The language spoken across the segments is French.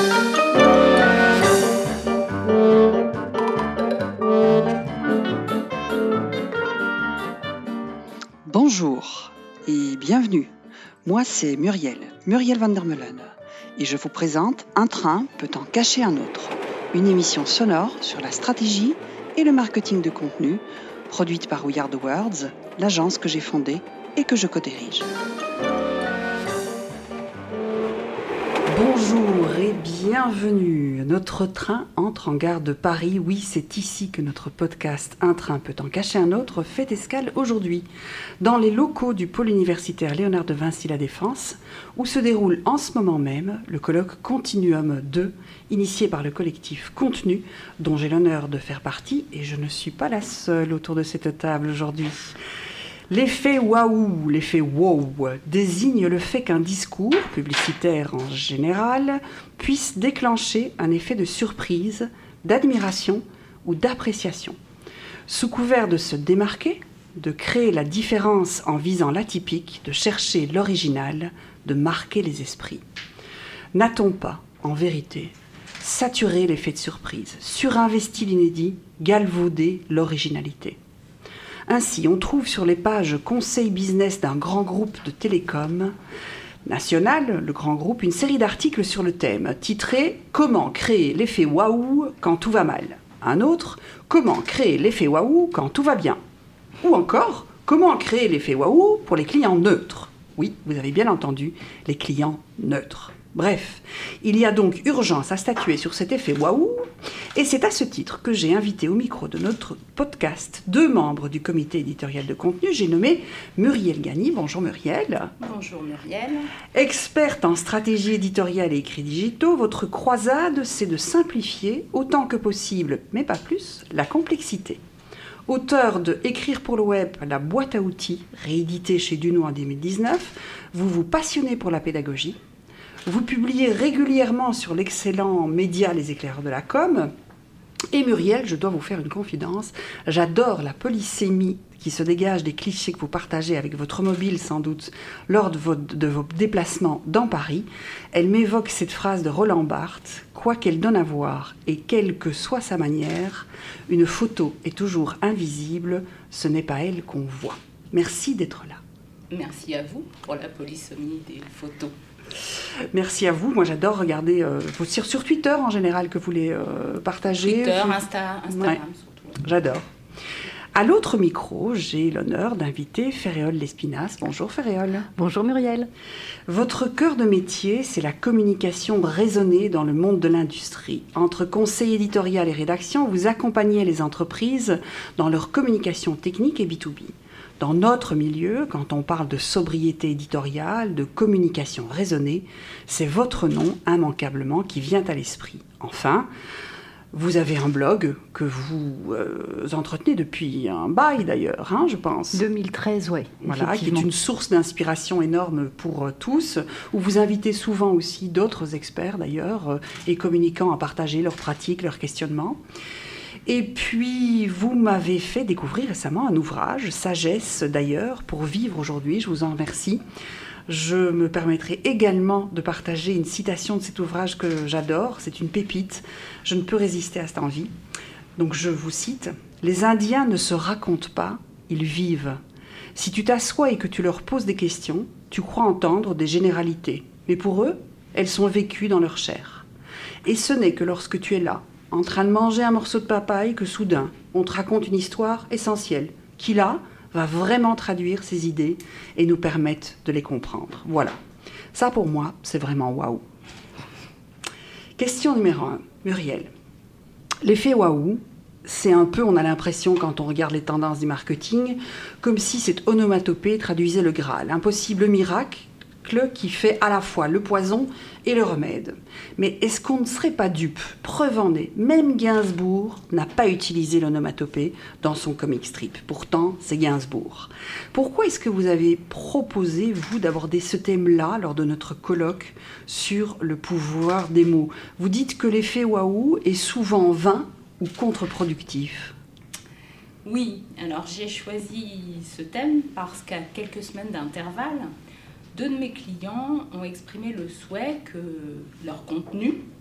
Bonjour et bienvenue. Moi, c'est Muriel van der Meulen, et je vous présente Un train peut en cacher un autre, une émission sonore sur la stratégie et le marketing de contenu, produite par We Are The Words, l'agence que j'ai fondée et que je co-dirige. Bonjour et bienvenue. Notre train entre en gare de Paris. Oui, c'est ici que notre podcast Un train peut en cacher un autre fait escale aujourd'hui, dans les locaux du pôle universitaire Léonard de Vinci La Défense, où se déroule en ce moment même le colloque Continuum 2, initié par le collectif Contenu, dont j'ai l'honneur de faire partie, et je ne suis pas la seule autour de cette table aujourd'hui. L'effet waouh, l'effet wow, désigne le fait qu'un discours, publicitaire en général, puisse déclencher un effet de surprise, d'admiration ou d'appréciation. Sous couvert de se démarquer, de créer la différence en visant l'atypique, de chercher l'original, de marquer les esprits. N'a-t-on pas, en vérité, saturé l'effet de surprise, surinvesti l'inédit, galvaudé l'originalité ? Ainsi, on trouve sur les pages conseil business d'un grand groupe de télécom national, le grand groupe, une série d'articles sur le thème, titré « Comment créer l'effet waouh quand tout va mal ?» Un autre « Comment créer l'effet waouh quand tout va bien ?» Ou encore « Comment créer l'effet waouh pour les clients neutres ?» Oui, vous avez bien entendu, les clients neutres. Bref, il y a donc urgence à statuer sur cet effet waouh, et c'est à ce titre que j'ai invité au micro de notre podcast 2 membres du comité éditorial de contenu. J'ai nommé Muriel Gagny. Bonjour Muriel. Bonjour Muriel. Experte en stratégie éditoriale et écrits digitaux, votre croisade, c'est de simplifier autant que possible, mais pas plus, la complexité. Auteur de Écrire pour le web, la boîte à outils, réédité chez Duno en 2019, vous vous passionnez pour la pédagogie. Vous publiez régulièrement sur l'excellent média Les Éclaireurs de la Com. Et Muriel, je dois vous faire une confidence, j'adore la polysémie qui se dégage des clichés que vous partagez avec votre mobile sans doute lors de vos déplacements dans Paris. Elle m'évoque cette phrase de Roland Barthes, « Quoi qu'elle donne à voir et quelle que soit sa manière, une photo est toujours invisible, ce n'est pas elle qu'on voit. » Merci d'être là. Merci à vous pour la polysémie des photos. Merci à vous. Moi, j'adore regarder sur Twitter en général que vous les partagez. Twitter, Instagram ouais, surtout. J'adore. À l'autre micro, j'ai l'honneur d'inviter Féréole Lespinasse. Bonjour Féréole. Bonjour Muriel. Votre cœur de métier, c'est la communication raisonnée dans le monde de l'industrie. Entre conseil éditorial et rédaction, vous accompagnez les entreprises dans leur communication technique et B2B. Dans notre milieu, quand on parle de sobriété éditoriale, de communication raisonnée, c'est votre nom immanquablement qui vient à l'esprit. Enfin, vous avez un blog que vous entretenez depuis un bail d'ailleurs, je pense. 2013, oui. Voilà, qui est une source d'inspiration énorme pour tous, où vous invitez souvent aussi d'autres experts d'ailleurs, et communicants à partager leurs pratiques, leurs questionnements. Et puis, vous m'avez fait découvrir récemment un ouvrage, Sagesse d'ailleurs, pour vivre aujourd'hui, je vous en remercie. Je me permettrai également de partager une citation de cet ouvrage que j'adore, c'est une pépite, je ne peux résister à cette envie. Donc je vous cite, « Les Indiens ne se racontent pas, ils vivent. Si tu t'assois et que tu leur poses des questions, tu crois entendre des généralités, mais pour eux, elles sont vécues dans leur chair. Et ce n'est que lorsque tu es là, en train de manger un morceau de papaye, que soudain, on te raconte une histoire essentielle, qui là, va vraiment traduire ces idées et nous permettre de les comprendre. Voilà. Ça, pour moi, c'est vraiment waouh. Question numéro 1. Muriel. L'effet waouh, c'est un peu, on a l'impression, quand on regarde les tendances du marketing, comme si cette onomatopée traduisait le Graal. Un possible miracle qui fait à la fois le poison et le remède. Mais est-ce qu'on ne serait pas dupe? Preuve en est, même Gainsbourg n'a pas utilisé l'onomatopée dans son comic strip. Pourtant, c'est Gainsbourg. Pourquoi est-ce que vous avez proposé, vous, d'aborder ce thème-là lors de notre colloque sur le pouvoir des mots? Vous dites que l'effet waouh est souvent vain ou contre-productif. Oui, alors j'ai choisi ce thème parce qu'à quelques semaines d'intervalle, 2 de mes clients ont exprimé le souhait que leur contenu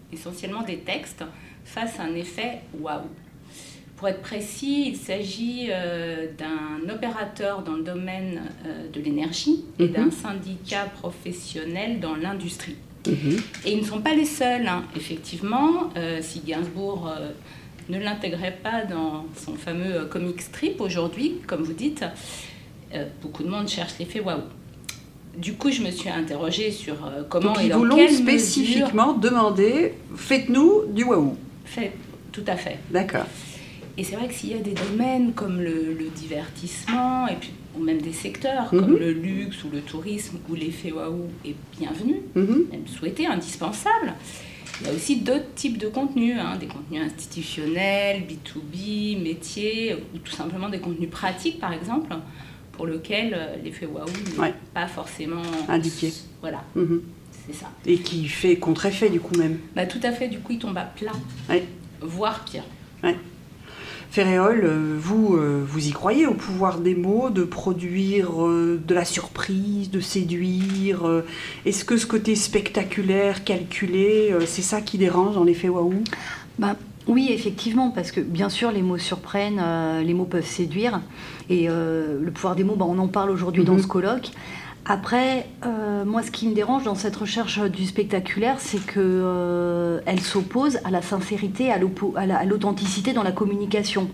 essentiellement des textes, fassent un effet waouh. Pour être précis, il s'agit d'un opérateur dans le domaine de l'énergie et d'un syndicat professionnel dans l'industrie. Et ils ne sont pas les seuls, hein. Effectivement, si Gainsbourg ne l'intégrait pas dans son fameux comic strip aujourd'hui, comme vous dites, beaucoup de monde cherche l'effet waouh. Du coup, je me suis interrogée sur comment donc, et dans quelle mesure... Donc, ils vous l'ont spécifiquement demandé, faites-nous du waouh. Tout à fait. D'accord. Et c'est vrai que s'il y a des domaines comme le divertissement, et puis, ou même des secteurs comme le luxe ou le tourisme, où l'effet waouh est bienvenu, même souhaité, indispensable, il y a aussi d'autres types de contenus, hein, des contenus institutionnels, B2B, métiers, ou tout simplement des contenus pratiques, par exemple, pour lesquels l'effet waouh n'est pas forcément indiqué. Voilà, c'est ça. Et qui fait contre-effet, du coup, même. Bah, tout à fait, du coup, il tombe à plat, voire pire. Ouais. Ferréol, vous y croyez au pouvoir des mots, de produire de la surprise, de séduire est-ce que ce côté spectaculaire, calculé, c'est ça qui dérange dans l'effet waouh ? Oui, effectivement, parce que bien sûr les mots surprennent, les mots peuvent séduire, et le pouvoir des mots, on en parle aujourd'hui dans ce colloque. Après, moi, ce qui me dérange dans cette recherche du spectaculaire, c'est qu'elle s'oppose à la sincérité, à l'authenticité dans la communication.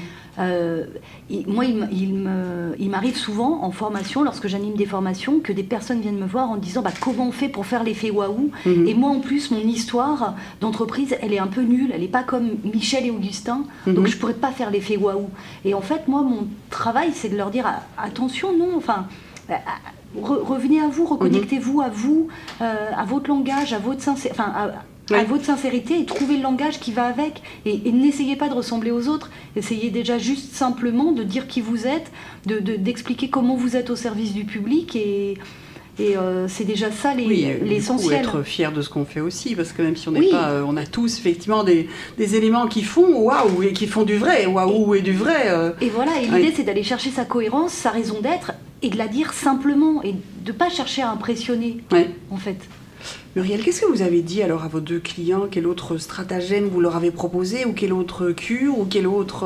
Moi, il m'arrive souvent en formation, lorsque j'anime des formations, que des personnes viennent me voir en disant comment on fait pour faire l'effet waouh. Et moi, en plus, mon histoire d'entreprise, elle est un peu nulle, elle n'est pas comme Michel et Augustin, donc je ne pourrais pas faire l'effet waouh. Et en fait, moi, mon travail, c'est de leur dire attention, non, enfin... revenez à vous, reconnectez-vous à vous, à votre langage, à votre sincérité, et trouvez le langage qui va avec, et n'essayez pas de ressembler aux autres, essayez déjà juste simplement de dire qui vous êtes, d'expliquer comment vous êtes au service du public, et c'est déjà ça l'essentiel. Du coup, être fier de ce qu'on fait aussi, parce que même si on n'est pas, on a tous effectivement des éléments qui font waouh et qui font du vrai, waouh et du vrai. Et voilà, et l'idée c'est d'aller chercher sa cohérence, sa raison d'être, et de la dire simplement, et de ne pas chercher à impressionner, en fait. Muriel, qu'est-ce que vous avez dit alors à vos deux clients ? Quel autre stratagème vous leur avez proposé, ou quelle autre cure, ou quel autre...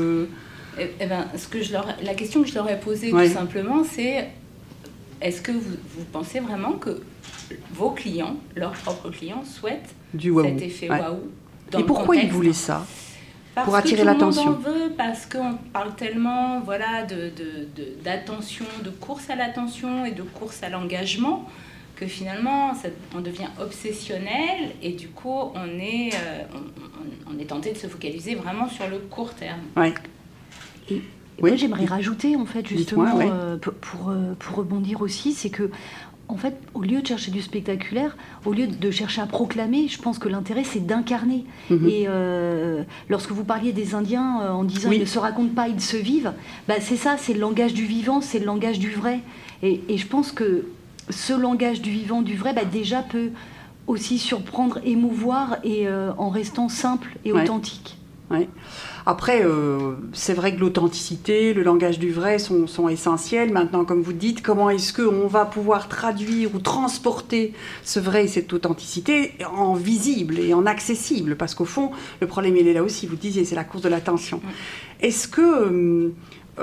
la question que je leur ai posée tout simplement, c'est est-ce que vous pensez vraiment que vos clients, leurs propres clients, souhaitent cet effet waouh dans Et pourquoi ils voulaient ça ? Pour attirer l'attention. Parce que tout le monde en veut, parce qu'on parle tellement d'attention, de course à l'attention et de course à l'engagement, que finalement, on devient obsessionnel, et du coup, on est tenté de se focaliser vraiment sur le court terme. Et moi, j'aimerais rajouter, en fait, justement, pour rebondir aussi, c'est que, en fait, au lieu de chercher du spectaculaire, au lieu de chercher à proclamer, je pense que l'intérêt, c'est d'incarner. Et lorsque vous parliez des Indiens en disant ils ne se racontent pas, ils se vivent, c'est ça, c'est le langage du vivant, c'est le langage du vrai. Et je pense que ce langage du vivant, du vrai, déjà peut aussi surprendre, émouvoir, et en restant simple et authentique. Après, c'est vrai que l'authenticité, le langage du vrai sont essentiels. Maintenant, comme vous dites, comment est-ce qu'on va pouvoir traduire ou transporter ce vrai et cette authenticité en visible et en accessible ? Parce qu'au fond, le problème, il est là aussi. Vous disiez, c'est la course de l'attention. Est-ce qu'il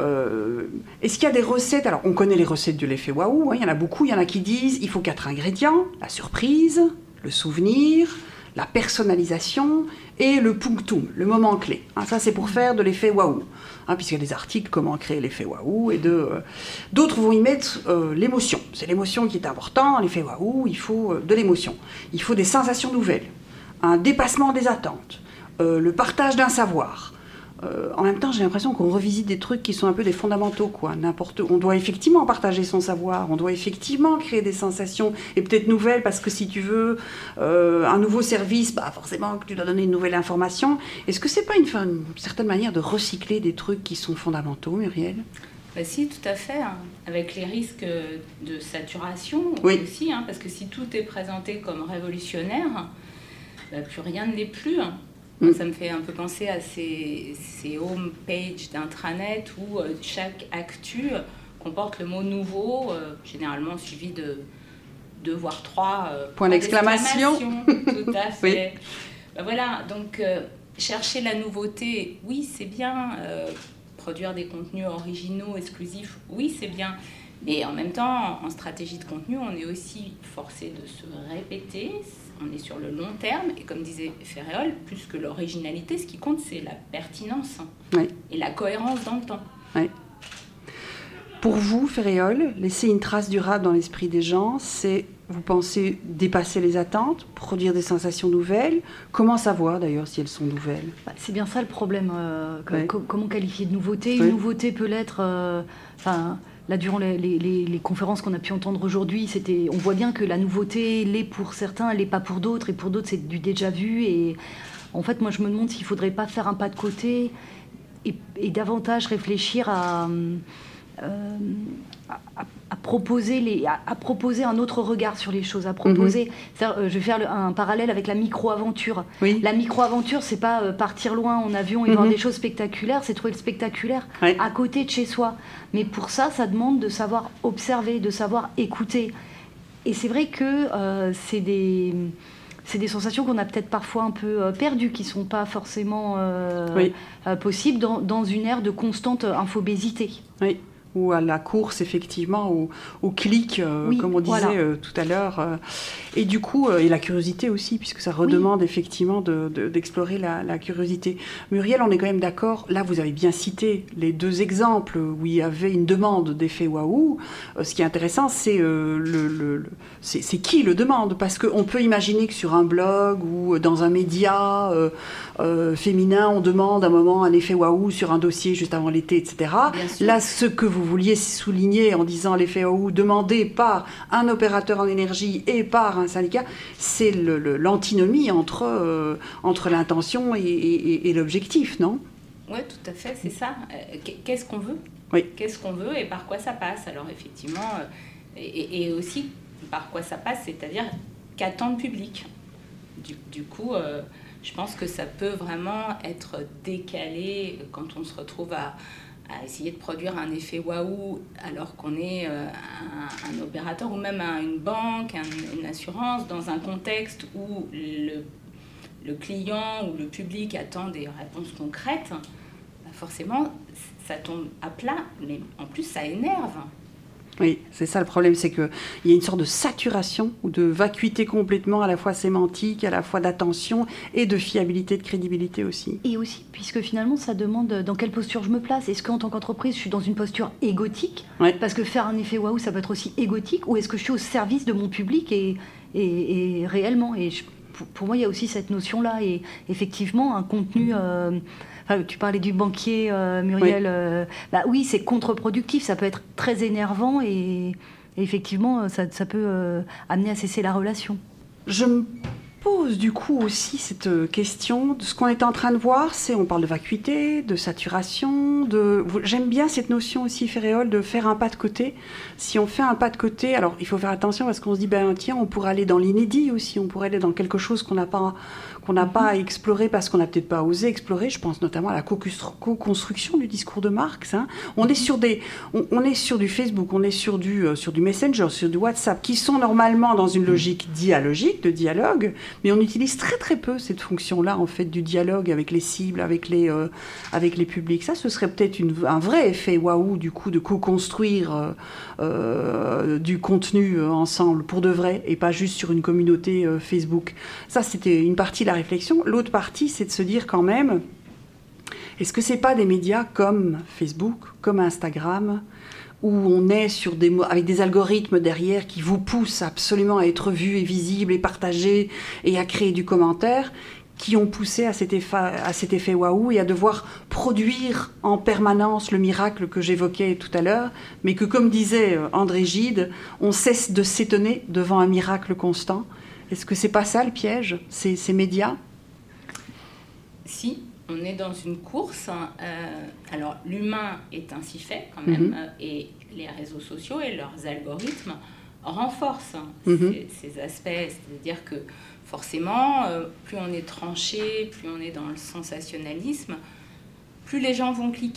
y a des recettes ? Alors, on connaît les recettes de l'effet waouh. Il y en a beaucoup. Il y en a qui disent il faut 4 ingrédients : la surprise, le souvenir, la personnalisation et le punctum, le moment clé. Ça, c'est pour faire de l'effet waouh. Puisqu'il y a des articles comment créer l'effet waouh, et d'autres vont y mettre l'émotion. C'est l'émotion qui est important. L'effet waouh, il faut de l'émotion. Il faut des sensations nouvelles, un dépassement des attentes, le partage d'un savoir. En même temps, j'ai l'impression qu'on revisite des trucs qui sont un peu des fondamentaux, quoi. On doit effectivement partager son savoir, on doit effectivement créer des sensations, et peut-être nouvelles, parce que si tu veux un nouveau service, forcément que tu dois donner une nouvelle information. Est-ce que c'est pas une certaine manière de recycler des trucs qui sont fondamentaux, Muriel ? Si, tout à fait, avec les risques de saturation aussi, parce que si tout est présenté comme révolutionnaire, plus rien ne l'est plus. Ça me fait un peu penser à ces home pages d'intranet où chaque actu comporte le mot nouveau, généralement suivi 2 voire 3 points d'exclamation. Tout à fait. Oui. Voilà, donc chercher la nouveauté, oui, c'est bien. Produire des contenus originaux, exclusifs, oui, c'est bien. Mais en même temps, en stratégie de contenu, on est aussi forcé de se répéter. On est sur le long terme. Et comme disait Ferréol, plus que l'originalité, ce qui compte, c'est la pertinence et la cohérence dans le temps. Oui. Pour vous, Ferréol, laisser une trace durable dans l'esprit des gens, c'est, vous pensez, dépasser les attentes, produire des sensations nouvelles? Comment savoir d'ailleurs si elles sont nouvelles? C'est bien ça le problème. Comment qualifier de nouveauté? Une nouveauté peut l'être... Là, durant les conférences qu'on a pu entendre aujourd'hui, on voit bien que la nouveauté l'est pour certains, elle l'est pas pour d'autres, et pour d'autres, c'est du déjà vu. Et en fait, moi, je me demande s'il ne faudrait pas faire un pas de côté et davantage réfléchir à proposer un autre regard sur les choses, à proposer... Je vais faire un parallèle avec la micro-aventure. Oui. La micro-aventure, c'est pas partir loin en avion et voir des choses spectaculaires, c'est trouver le spectaculaire à côté de chez soi. Mais pour ça, ça demande de savoir observer, de savoir écouter. Et c'est vrai que c'est des sensations qu'on a peut-être parfois un peu perdues, qui ne sont pas forcément possibles dans une ère de constante infobésité. Oui. Ou à la course, effectivement, au clic, comme on disait tout à l'heure. Et du coup, et la curiosité aussi, puisque ça redemande effectivement d'explorer la curiosité. Muriel, on est quand même d'accord, là vous avez bien cité les 2 exemples où il y avait une demande d'effet waouh. Ce qui est intéressant, c'est c'est qui le demande, parce qu'on peut imaginer que sur un blog ou dans un média féminin, on demande à un moment un effet waouh sur un dossier juste avant l'été, etc. Là, ce que vous vouliez souligner en disant l'effet waouh demandé par un opérateur en énergie et par un syndicat, c'est l'antinomie entre l'intention et l'objectif, non? Oui, tout à fait, c'est ça. Qu'est-ce qu'on veut? Qu'est-ce qu'on veut et par quoi ça passe? Alors effectivement, et aussi par quoi ça passe, c'est-à-dire qu'attend le public. Du coup, je pense que ça peut vraiment être décalé quand on se retrouve à essayer de produire un effet waouh alors qu'on est un opérateur ou même une banque, une assurance, dans un contexte où le client ou le public attend des réponses concrètes. Forcément, ça tombe à plat, mais en plus, ça énerve. Oui, c'est ça le problème, c'est qu'il y a une sorte de saturation ou de vacuité complètement, à la fois sémantique, à la fois d'attention et de fiabilité, de crédibilité aussi. Et aussi, puisque finalement, ça demande dans quelle posture je me place. Est-ce qu'en tant qu'entreprise, je suis dans une posture égotique? Parce que faire un effet waouh, ça peut être aussi égotique. Ou est-ce que je suis au service de mon public et réellement? Et pour moi, il y a aussi cette notion-là. Et effectivement, un contenu... tu parlais du banquier, Muriel. Oui, c'est contre-productif. Ça peut être très énervant et effectivement, ça peut amener à cesser la relation. Je me pose du coup aussi cette question. Ce qu'on est en train de voir, on parle de vacuité, de saturation. J'aime bien cette notion aussi, Ferréol, de faire un pas de côté. Si on fait un pas de côté, alors il faut faire attention parce qu'on se dit, tiens, on pourrait aller dans l'inédit aussi. On pourrait aller dans quelque chose qu'on n'a pas exploré parce qu'on n'a peut-être pas osé explorer. Je pense notamment à la co-construction du discours de Marx. On est sur du Facebook, on est sur du Messenger, sur du WhatsApp, qui sont normalement dans une logique dialogique, de dialogue, mais on utilise très très peu cette fonction-là, en fait, du dialogue avec les cibles, avec les publics. Ça, ce serait peut-être un vrai effet waouh, du coup, de co-construire du contenu ensemble, pour de vrai, et pas juste sur une communauté Facebook. Ça, c'était une partie de la réflexion. L'autre partie, c'est de se dire quand même, est-ce que c'est pas des médias comme Facebook, comme Instagram, où on est avec des algorithmes derrière qui vous poussent absolument à être vus et visibles et partagés et à créer du commentaire, qui ont poussé à cet effet waouh et à devoir produire en permanence le miracle que j'évoquais tout à l'heure, mais que, comme disait André Gide, on cesse de s'étonner devant un miracle constant. Est-ce que c'est pas ça le piège, ces médias? Si, on est dans une course. Alors, l'humain est ainsi fait quand même, et les réseaux sociaux et leurs algorithmes renforcent ces aspects. C'est-à-dire que forcément, plus on est tranché, plus on est dans le sensationnalisme, plus les gens vont cliquer.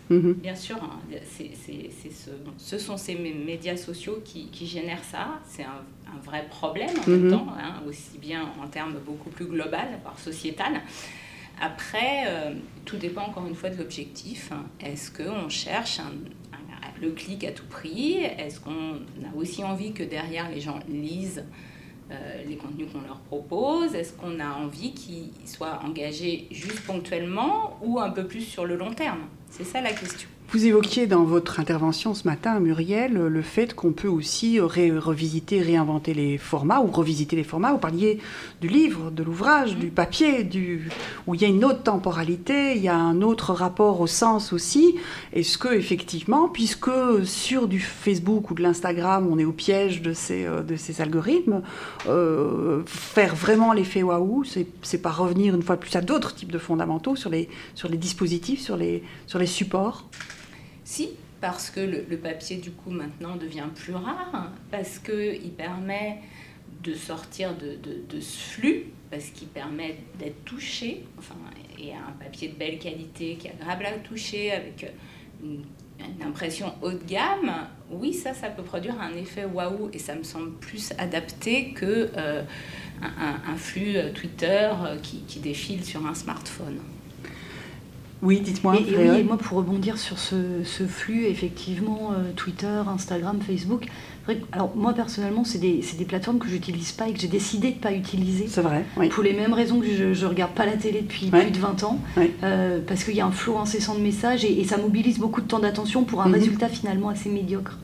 Bien sûr, hein, ce sont ces médias sociaux qui génèrent ça. C'est un vrai problème en même temps, hein, aussi bien en termes beaucoup plus global, voire sociétal. Après, tout dépend encore une fois de l'objectif. Est-ce qu'on cherche le clic à tout prix? Est-ce qu'on a aussi envie que derrière les gens lisent les contenus qu'on leur propose? Est-ce qu'on a envie qu'ils soient engagés juste ponctuellement ou un peu plus sur le long terme? C'est ça la question. Vous évoquiez dans votre intervention ce matin, Muriel, le fait qu'on peut aussi revisiter, réinventer les formats ou revisiter les formats. Vous parliez du livre, de l'ouvrage, du papier, où il y a une autre temporalité, il y a un autre rapport au sens aussi. Est-ce que effectivement, puisque sur du Facebook ou de l'Instagram, on est au piège de ces algorithmes, faire vraiment l'effet waouh, c'est pas revenir une fois de plus à d'autres types de fondamentaux sur les dispositifs, sur les supports? Si, parce que le papier, du coup, maintenant devient plus rare, parce qu'il permet de sortir de ce flux, parce qu'il permet d'être touché, et un papier de belle qualité, qui est agréable à toucher, avec une impression haut de gamme. Oui, ça peut produire un effet waouh, et ça me semble plus adapté que un flux Twitter qui défile sur un smartphone. Oui, dites-moi. Et moi, pour rebondir sur ce flux, effectivement, Twitter, Instagram, Facebook, alors moi, personnellement, c'est des plateformes que je n'utilise pas et que j'ai décidé de ne pas utiliser. C'est vrai, oui. Pour les mêmes raisons que je ne regarde pas la télé depuis plus de 20 ans, parce qu'il y a un flot incessant de messages et ça mobilise beaucoup de temps d'attention pour un résultat finalement assez médiocre.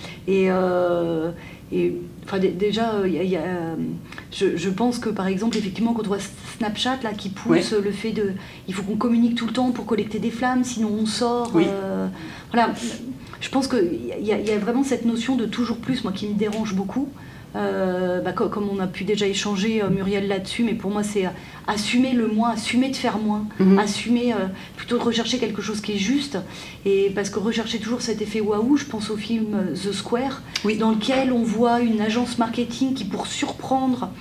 Déjà, je pense que par exemple, effectivement, quand on voit Snapchat là, qui pousse le fait de... Il faut qu'on communique tout le temps pour collecter des flammes, sinon on sort. Voilà. Je pense qu'il y a vraiment cette notion de toujours plus, moi, qui me dérange beaucoup. Comme on a pu déjà échanger, Muriel, là-dessus, mais pour moi, c'est assumer le moins, assumer de faire moins, assumer plutôt de rechercher quelque chose qui est juste. Et parce que rechercher toujours cet effet waouh, je pense au film The Square, dans lequel on voit une agence marketing qui, pour surprendre,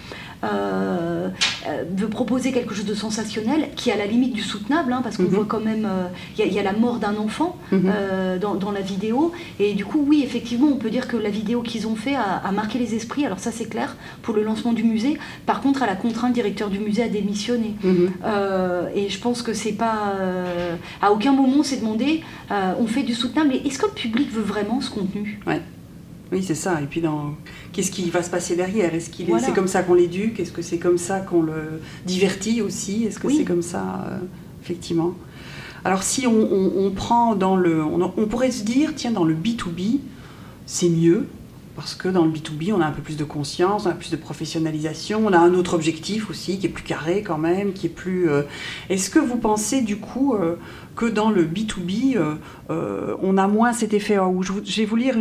veut proposer quelque chose de sensationnel qui est à la limite du soutenable, parce qu'on voit quand même il y a la mort d'un enfant dans la vidéo, et du coup oui, effectivement, on peut dire que la vidéo qu'ils ont fait a marqué les esprits. Alors ça, c'est clair pour le lancement du musée. Par contre, elle a contraint le directeur du musée à démissionner, et je pense que c'est pas à aucun moment on s'est demandé on fait du soutenable, mais est-ce que le public veut vraiment ce contenu? Oui, c'est ça. Et puis, qu'est-ce qui va se passer derrière? Est-ce c'est comme ça qu'on l'éduque? Est-ce que c'est comme ça qu'on le divertit aussi? Est-ce que c'est comme ça, effectivement? Alors, si on prend on pourrait se dire, tiens, dans le B2B, c'est mieux, parce que dans le B2B, on a un peu plus de conscience, on a plus de professionnalisation, on a un autre objectif aussi, qui est plus carré quand même, qui est plus... Est-ce que vous pensez, du coup, que dans le B2B, on a moins cet effet waouh? Je vais vous lire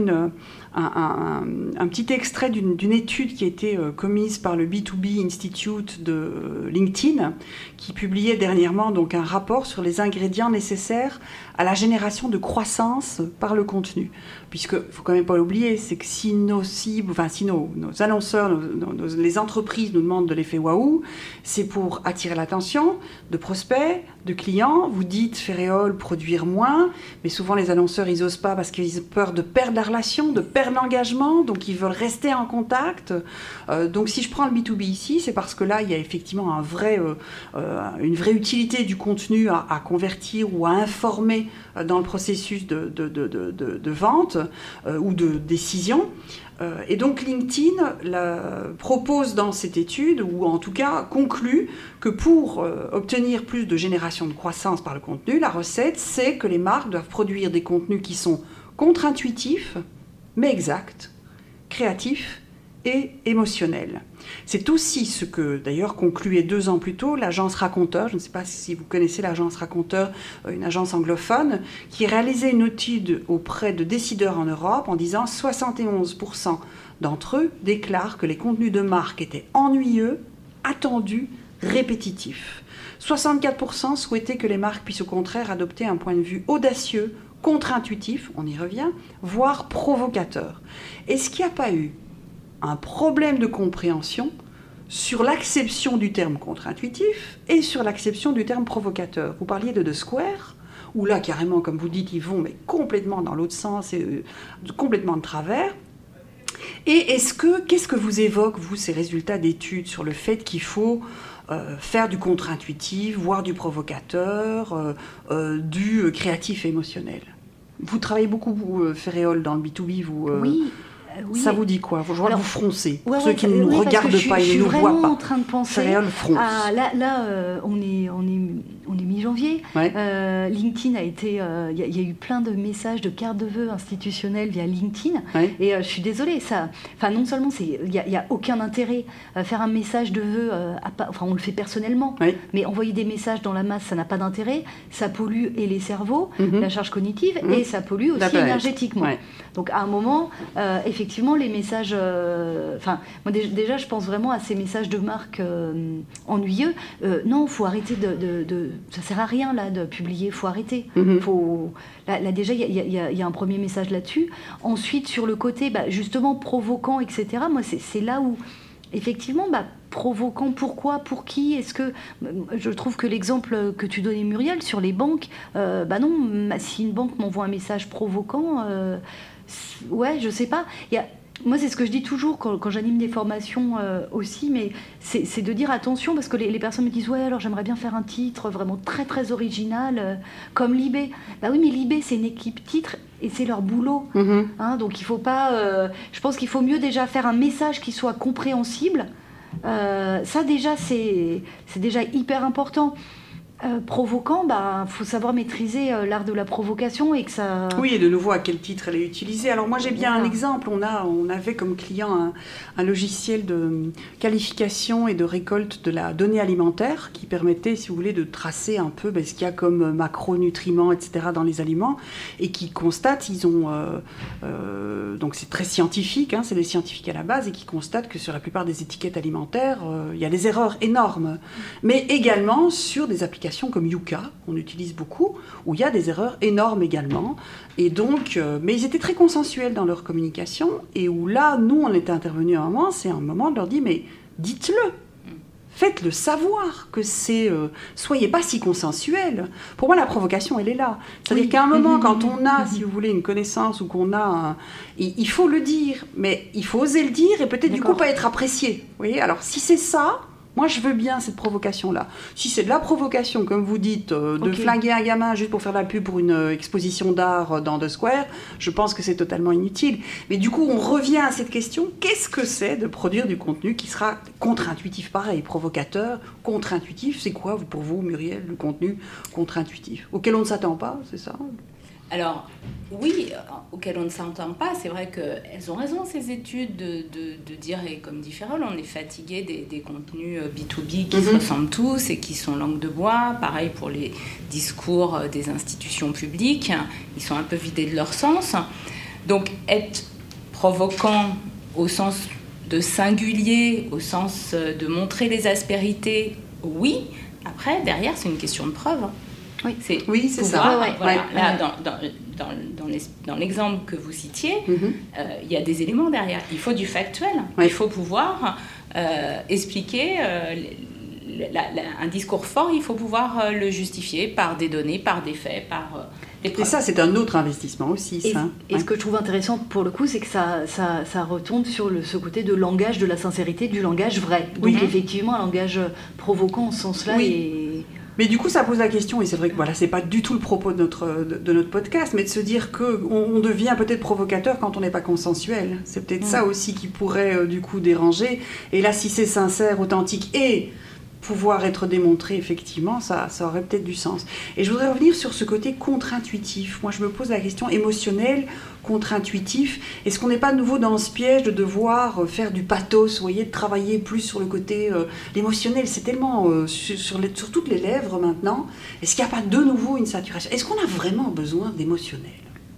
un petit extrait d'une étude qui a été commise par le B2B Institute de LinkedIn, qui publiait dernièrement donc un rapport sur les ingrédients nécessaires à la génération de croissance par le contenu. Puisque, il ne faut quand même pas l'oublier, c'est que si nos cibles, si nos annonceurs, les entreprises nous demandent de l'effet waouh, c'est pour attirer l'attention de prospects, de clients. Vous dites, Ferréol, produire moins, mais souvent les annonceurs, ils n'osent pas parce qu'ils ont peur de perdre la relation, de perdre l'engagement, donc ils veulent rester en contact. Donc si je prends le B2B ici, c'est parce que là, il y a effectivement une vraie utilité du contenu à convertir ou à informer dans le processus de vente ou de décision. Et donc LinkedIn propose dans cette étude, ou en tout cas conclut, que pour obtenir plus de génération de croissance par le contenu, la recette, c'est que les marques doivent produire des contenus qui sont contre-intuitifs, mais exacts, créatifs et émotionnels. C'est aussi ce que, d'ailleurs, concluait 2 ans plus tôt l'agence Raconteur. Je ne sais pas si vous connaissez l'agence Raconteur, une agence anglophone, qui réalisait une étude auprès de décideurs en Europe en disant 71% d'entre eux déclarent que les contenus de marque étaient ennuyeux, attendus, répétitifs. 64% souhaitaient que les marques puissent au contraire adopter un point de vue audacieux, contre-intuitif, on y revient, voire provocateur. Est-ce qu'il n'y a pas eu un problème de compréhension sur l'acception du terme contre-intuitif et sur l'acception du terme provocateur? Vous parliez de The Square, où là, carrément, comme vous dites, ils vont mais complètement dans l'autre sens, et complètement de travers. Et qu'est-ce que vous évoquent, vous, ces résultats d'études sur le fait qu'il faut faire du contre-intuitif, voire du provocateur, du créatif et émotionnel? Vous travaillez beaucoup, vous, Ferréol, dans le B2B, vous... Oui. Ça vous dit quoi? Je vois que vous froncez. Ouais, ceux qui ne nous regardent pas et ne nous voient pas. Je suis vraiment en train de penser. Ferréol fronce. On est mi-janvier. Ouais. LinkedIn a été. Il y a eu plein de messages de cartes de vœux institutionnelles via LinkedIn. Ouais. Et je suis désolée, ça. Enfin, non seulement il y a aucun intérêt à faire un message de vœux. Enfin, on le fait personnellement. Ouais. Mais envoyer des messages dans la masse, ça n'a pas d'intérêt. Ça pollue et les cerveaux, la charge cognitive, et ça pollue aussi énergétiquement. Ouais. Donc, à un moment, effectivement, les messages... moi, déjà, je pense vraiment à ces messages de marque ennuyeux. Non, il faut arrêter ça sert à rien, là, de publier. Il faut arrêter. Là, déjà, il y a un premier message là-dessus. Ensuite, sur le côté, justement, provoquant, etc., moi, c'est là où, effectivement, provoquant, pourquoi, pour qui? Est-ce que... Je trouve que l'exemple que tu donnais, Muriel, sur les banques, non, si une banque m'envoie un message provoquant... ouais, je sais pas. Moi, c'est ce que je dis toujours quand j'anime des formations aussi, mais c'est de dire attention, parce que les personnes me disent « Ouais, alors j'aimerais bien faire un titre vraiment très, très original, comme Libé. » Bah oui, mais Libé, c'est une équipe titre et c'est leur boulot. Donc, il faut pas... je pense qu'il faut mieux déjà faire un message qui soit compréhensible. Ça, déjà, c'est déjà hyper important. Provoquant, faut savoir maîtriser l'art de la provocation et que ça... Oui, et de nouveau, à quel titre elle est utilisée. Alors moi, j'ai bien un exemple. On avait comme client un logiciel de qualification et de récolte de la donnée alimentaire qui permettait, si vous voulez, de tracer un peu ce qu'il y a comme macronutriments, etc. dans les aliments, et qui constate, donc c'est très scientifique, c'est des scientifiques à la base, et qui constatent que sur la plupart des étiquettes alimentaires, il y a des erreurs énormes. Mais également sur des applications comme Yuka, qu'on utilise beaucoup, où il y a des erreurs énormes également. Et donc, mais ils étaient très consensuels dans leur communication, et où là, nous, on était intervenus à un moment, c'est un moment de leur dire, mais dites-le, faites-le savoir que c'est... soyez pas si consensuels. Pour moi, la provocation, elle est là. C'est-à-dire qu'à un moment, quand on a, si vous voulez, une connaissance, ou qu'on a... il faut le dire, mais il faut oser le dire, et peut-être du coup pas être apprécié. Vous voyez ? Alors, si c'est ça... Moi, je veux bien cette provocation-là. Si c'est de la provocation, comme vous dites, de flinguer un gamin juste pour faire la pub pour une exposition d'art dans The Square, je pense que c'est totalement inutile. Mais du coup, on revient à cette question, qu'est-ce que c'est de produire du contenu qui sera contre-intuitif, pareil, provocateur, contre-intuitif? C'est quoi, pour vous, Muriel, le contenu contre-intuitif? Auquel on ne s'attend pas, c'est ça? Alors, oui, auquel on ne s'entend pas, c'est vrai qu'elles ont raison, ces études, de dire, et comme dit Ferréol, on est fatigué des contenus B2B qui se ressemblent tous et qui sont langue de bois. Pareil pour les discours des institutions publiques, ils sont un peu vidés de leur sens. Donc, être provoquant au sens de singulier, au sens de montrer les aspérités, oui. Après, derrière, c'est une question de preuve. Oui, c'est ça. Voilà. Là, dans l'exemple que vous citiez, il y a des éléments derrière. Il faut du factuel. Il faut pouvoir expliquer un discours fort. Il faut pouvoir le justifier par des données, par des faits, par des preuves. Et ça, c'est un autre investissement aussi. Et ce que je trouve intéressant pour le coup, c'est que ça retombe sur ce côté de langage de la sincérité, du langage vrai. Donc effectivement, un langage provoquant en ce sens-là est... Mais du coup, ça pose la question, et c'est vrai que c'est pas du tout le propos de notre podcast, mais de se dire qu'on devient peut-être provocateur quand on n'est pas consensuel. C'est peut-être ça aussi qui pourrait du coup déranger. Et là, si c'est sincère, authentique et pouvoir être démontré, effectivement, ça aurait peut-être du sens. Et je voudrais revenir sur ce côté contre-intuitif. Moi, je me pose la question émotionnelle, contre-intuitif. Est-ce qu'on n'est pas de nouveau dans ce piège de devoir faire du pathos, vous voyez, de travailler plus sur le côté l'émotionnel? C'est tellement sur toutes les lèvres maintenant. Est-ce qu'il n'y a pas de nouveau une saturation? Est-ce qu'on a vraiment besoin d'émotionnel?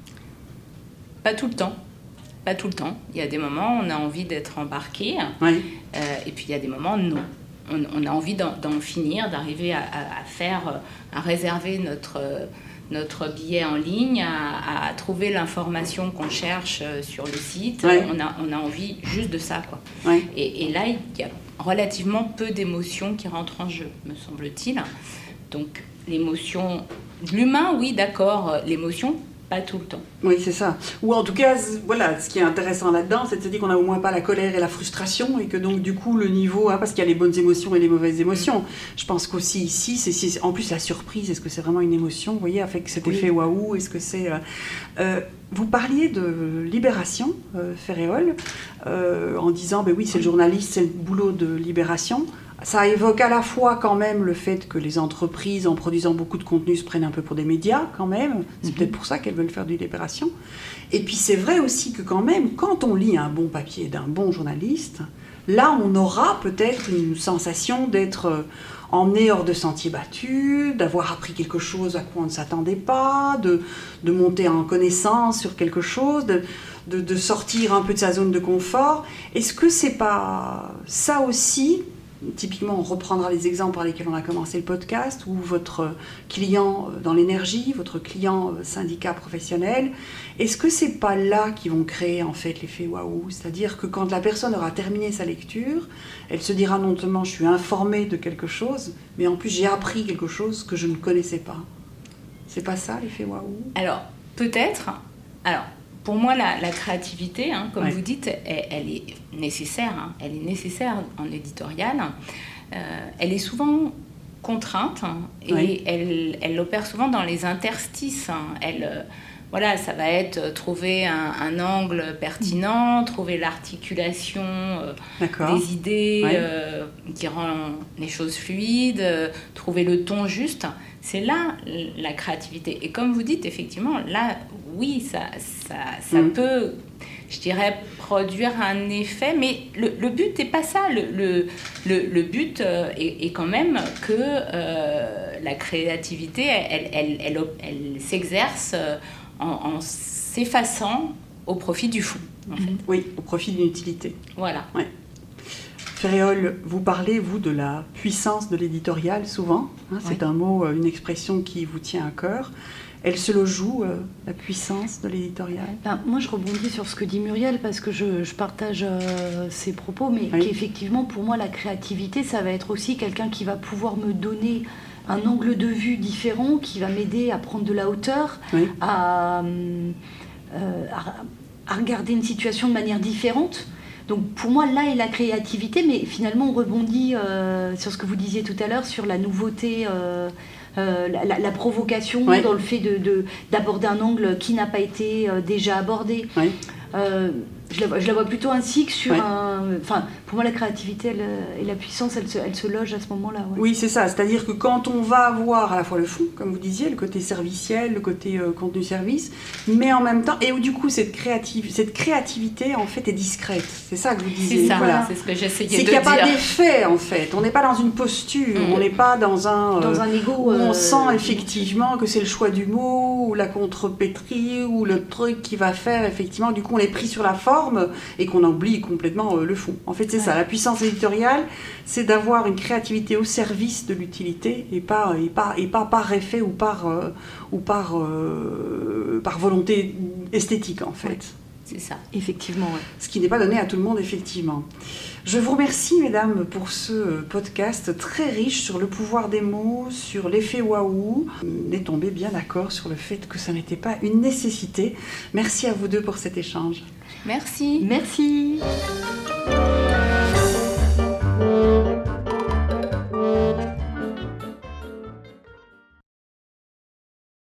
Pas tout le temps. Pas tout le temps. Il y a des moments où on a envie d'être embarqué, et puis il y a des moments non. On a envie d'en finir, d'arriver à réserver notre billet en ligne, à trouver l'information qu'on cherche sur le site. On a envie juste de ça, quoi. Et là, il y a relativement peu d'émotions qui rentrent en jeu, me semble-t-il. Donc, l'émotion l'humain, oui, d'accord, l'émotion, pas tout le temps. Oui, c'est ça. Ou en tout cas, voilà, ce qui est intéressant là-dedans, c'est de se dire qu'on n'a au moins pas la colère et la frustration, et que donc du coup le niveau, parce qu'il y a les bonnes émotions et les mauvaises émotions. Je pense qu'aussi ici, c'est en plus la surprise. Est-ce que c'est vraiment une émotion, vous voyez, avec cet effet waouh? Est-ce que c'est vous parliez de Libération, Ferréol, en disant, oui, c'est le journaliste, c'est le boulot de Libération. Ça évoque à la fois quand même le fait que les entreprises, en produisant beaucoup de contenu, se prennent un peu pour des médias quand même. C'est peut-être pour ça qu'elles veulent faire du Libération. Et puis c'est vrai aussi que quand même, quand on lit un bon papier d'un bon journaliste, là on aura peut-être une sensation d'être emmené hors de sentiers battus, d'avoir appris quelque chose à quoi on ne s'attendait pas, de monter en connaissance sur quelque chose, de sortir un peu de sa zone de confort. Est-ce que c'est pas ça aussi? Typiquement, on reprendra les exemples par lesquels on a commencé le podcast, où votre client dans l'énergie, votre client syndicat professionnel, est-ce que c'est pas là qu'ils vont créer en fait l'effet waouh? C'est-à-dire que quand la personne aura terminé sa lecture, elle se dira non seulement je suis informée de quelque chose, mais en plus j'ai appris quelque chose que je ne connaissais pas. C'est pas ça l'effet waouh? Alors, peut-être. Alors, pour moi, la créativité, comme vous dites, elle est nécessaire. Elle est nécessaire en éditorial. Elle est souvent contrainte et elle opère souvent dans les interstices. Voilà, ça va être trouver un angle pertinent, trouver l'articulation des idées qui rend les choses fluides, trouver le ton juste. C'est là la créativité. Et comme vous dites, effectivement, là, oui, ça peut, je dirais, produire un effet, mais le but n'est pas ça. Le but est quand même que la créativité, elle s'exerce en s'effaçant au profit du fond, en fait. Oui, au profit d'une utilité. Voilà. Ouais. Ferréol, vous parlez, vous, de la puissance de l'éditorial, souvent. C'est un mot, une expression qui vous tient à cœur. Elle se le joue, la puissance de l'éditorial? Moi, je rebondis sur ce que dit Muriel, parce que je partage ses propos, mais qu'effectivement, pour moi, la créativité, ça va être aussi quelqu'un qui va pouvoir me donner un angle de vue différent, qui va m'aider à prendre de la hauteur, à regarder une situation de manière différente. Donc pour moi, là est la créativité, mais finalement on rebondit sur ce que vous disiez tout à l'heure, sur la nouveauté, la provocation, dans le fait d'aborder un angle qui n'a pas été déjà abordé. Je la vois plutôt ainsi que sur pour moi, la créativité et la puissance, elle se loge à ce moment-là. Oui, c'est ça. C'est-à-dire que quand on va avoir à la fois le fond, comme vous disiez, le côté serviciel, le côté contenu-service, mais en même temps, et où du coup, cette créativité, en fait, est discrète. C'est ça que vous disiez. C'est ça, voilà. C'est ce que j'essayais de dire. C'est qu'il n'y a pas d'effet, en fait. On n'est pas dans une posture, on n'est pas dans un ego où on sent effectivement que c'est le choix du mot, ou la contrepétrie, ou le truc qui va faire, effectivement, du coup, on est pris sur la forme et qu'on oublie complètement le fond. En fait, c'est ça, la puissance éditoriale, c'est d'avoir une créativité au service de l'utilité et pas par effet ou par volonté esthétique, en fait. C'est ça, effectivement. Ce qui n'est pas donné à tout le monde, effectivement. Je vous remercie, mesdames, pour ce podcast très riche sur le pouvoir des mots, sur l'effet waouh. On est tombé bien d'accord sur le fait que ça n'était pas une nécessité. Merci à vous deux pour cet échange. Merci. Merci.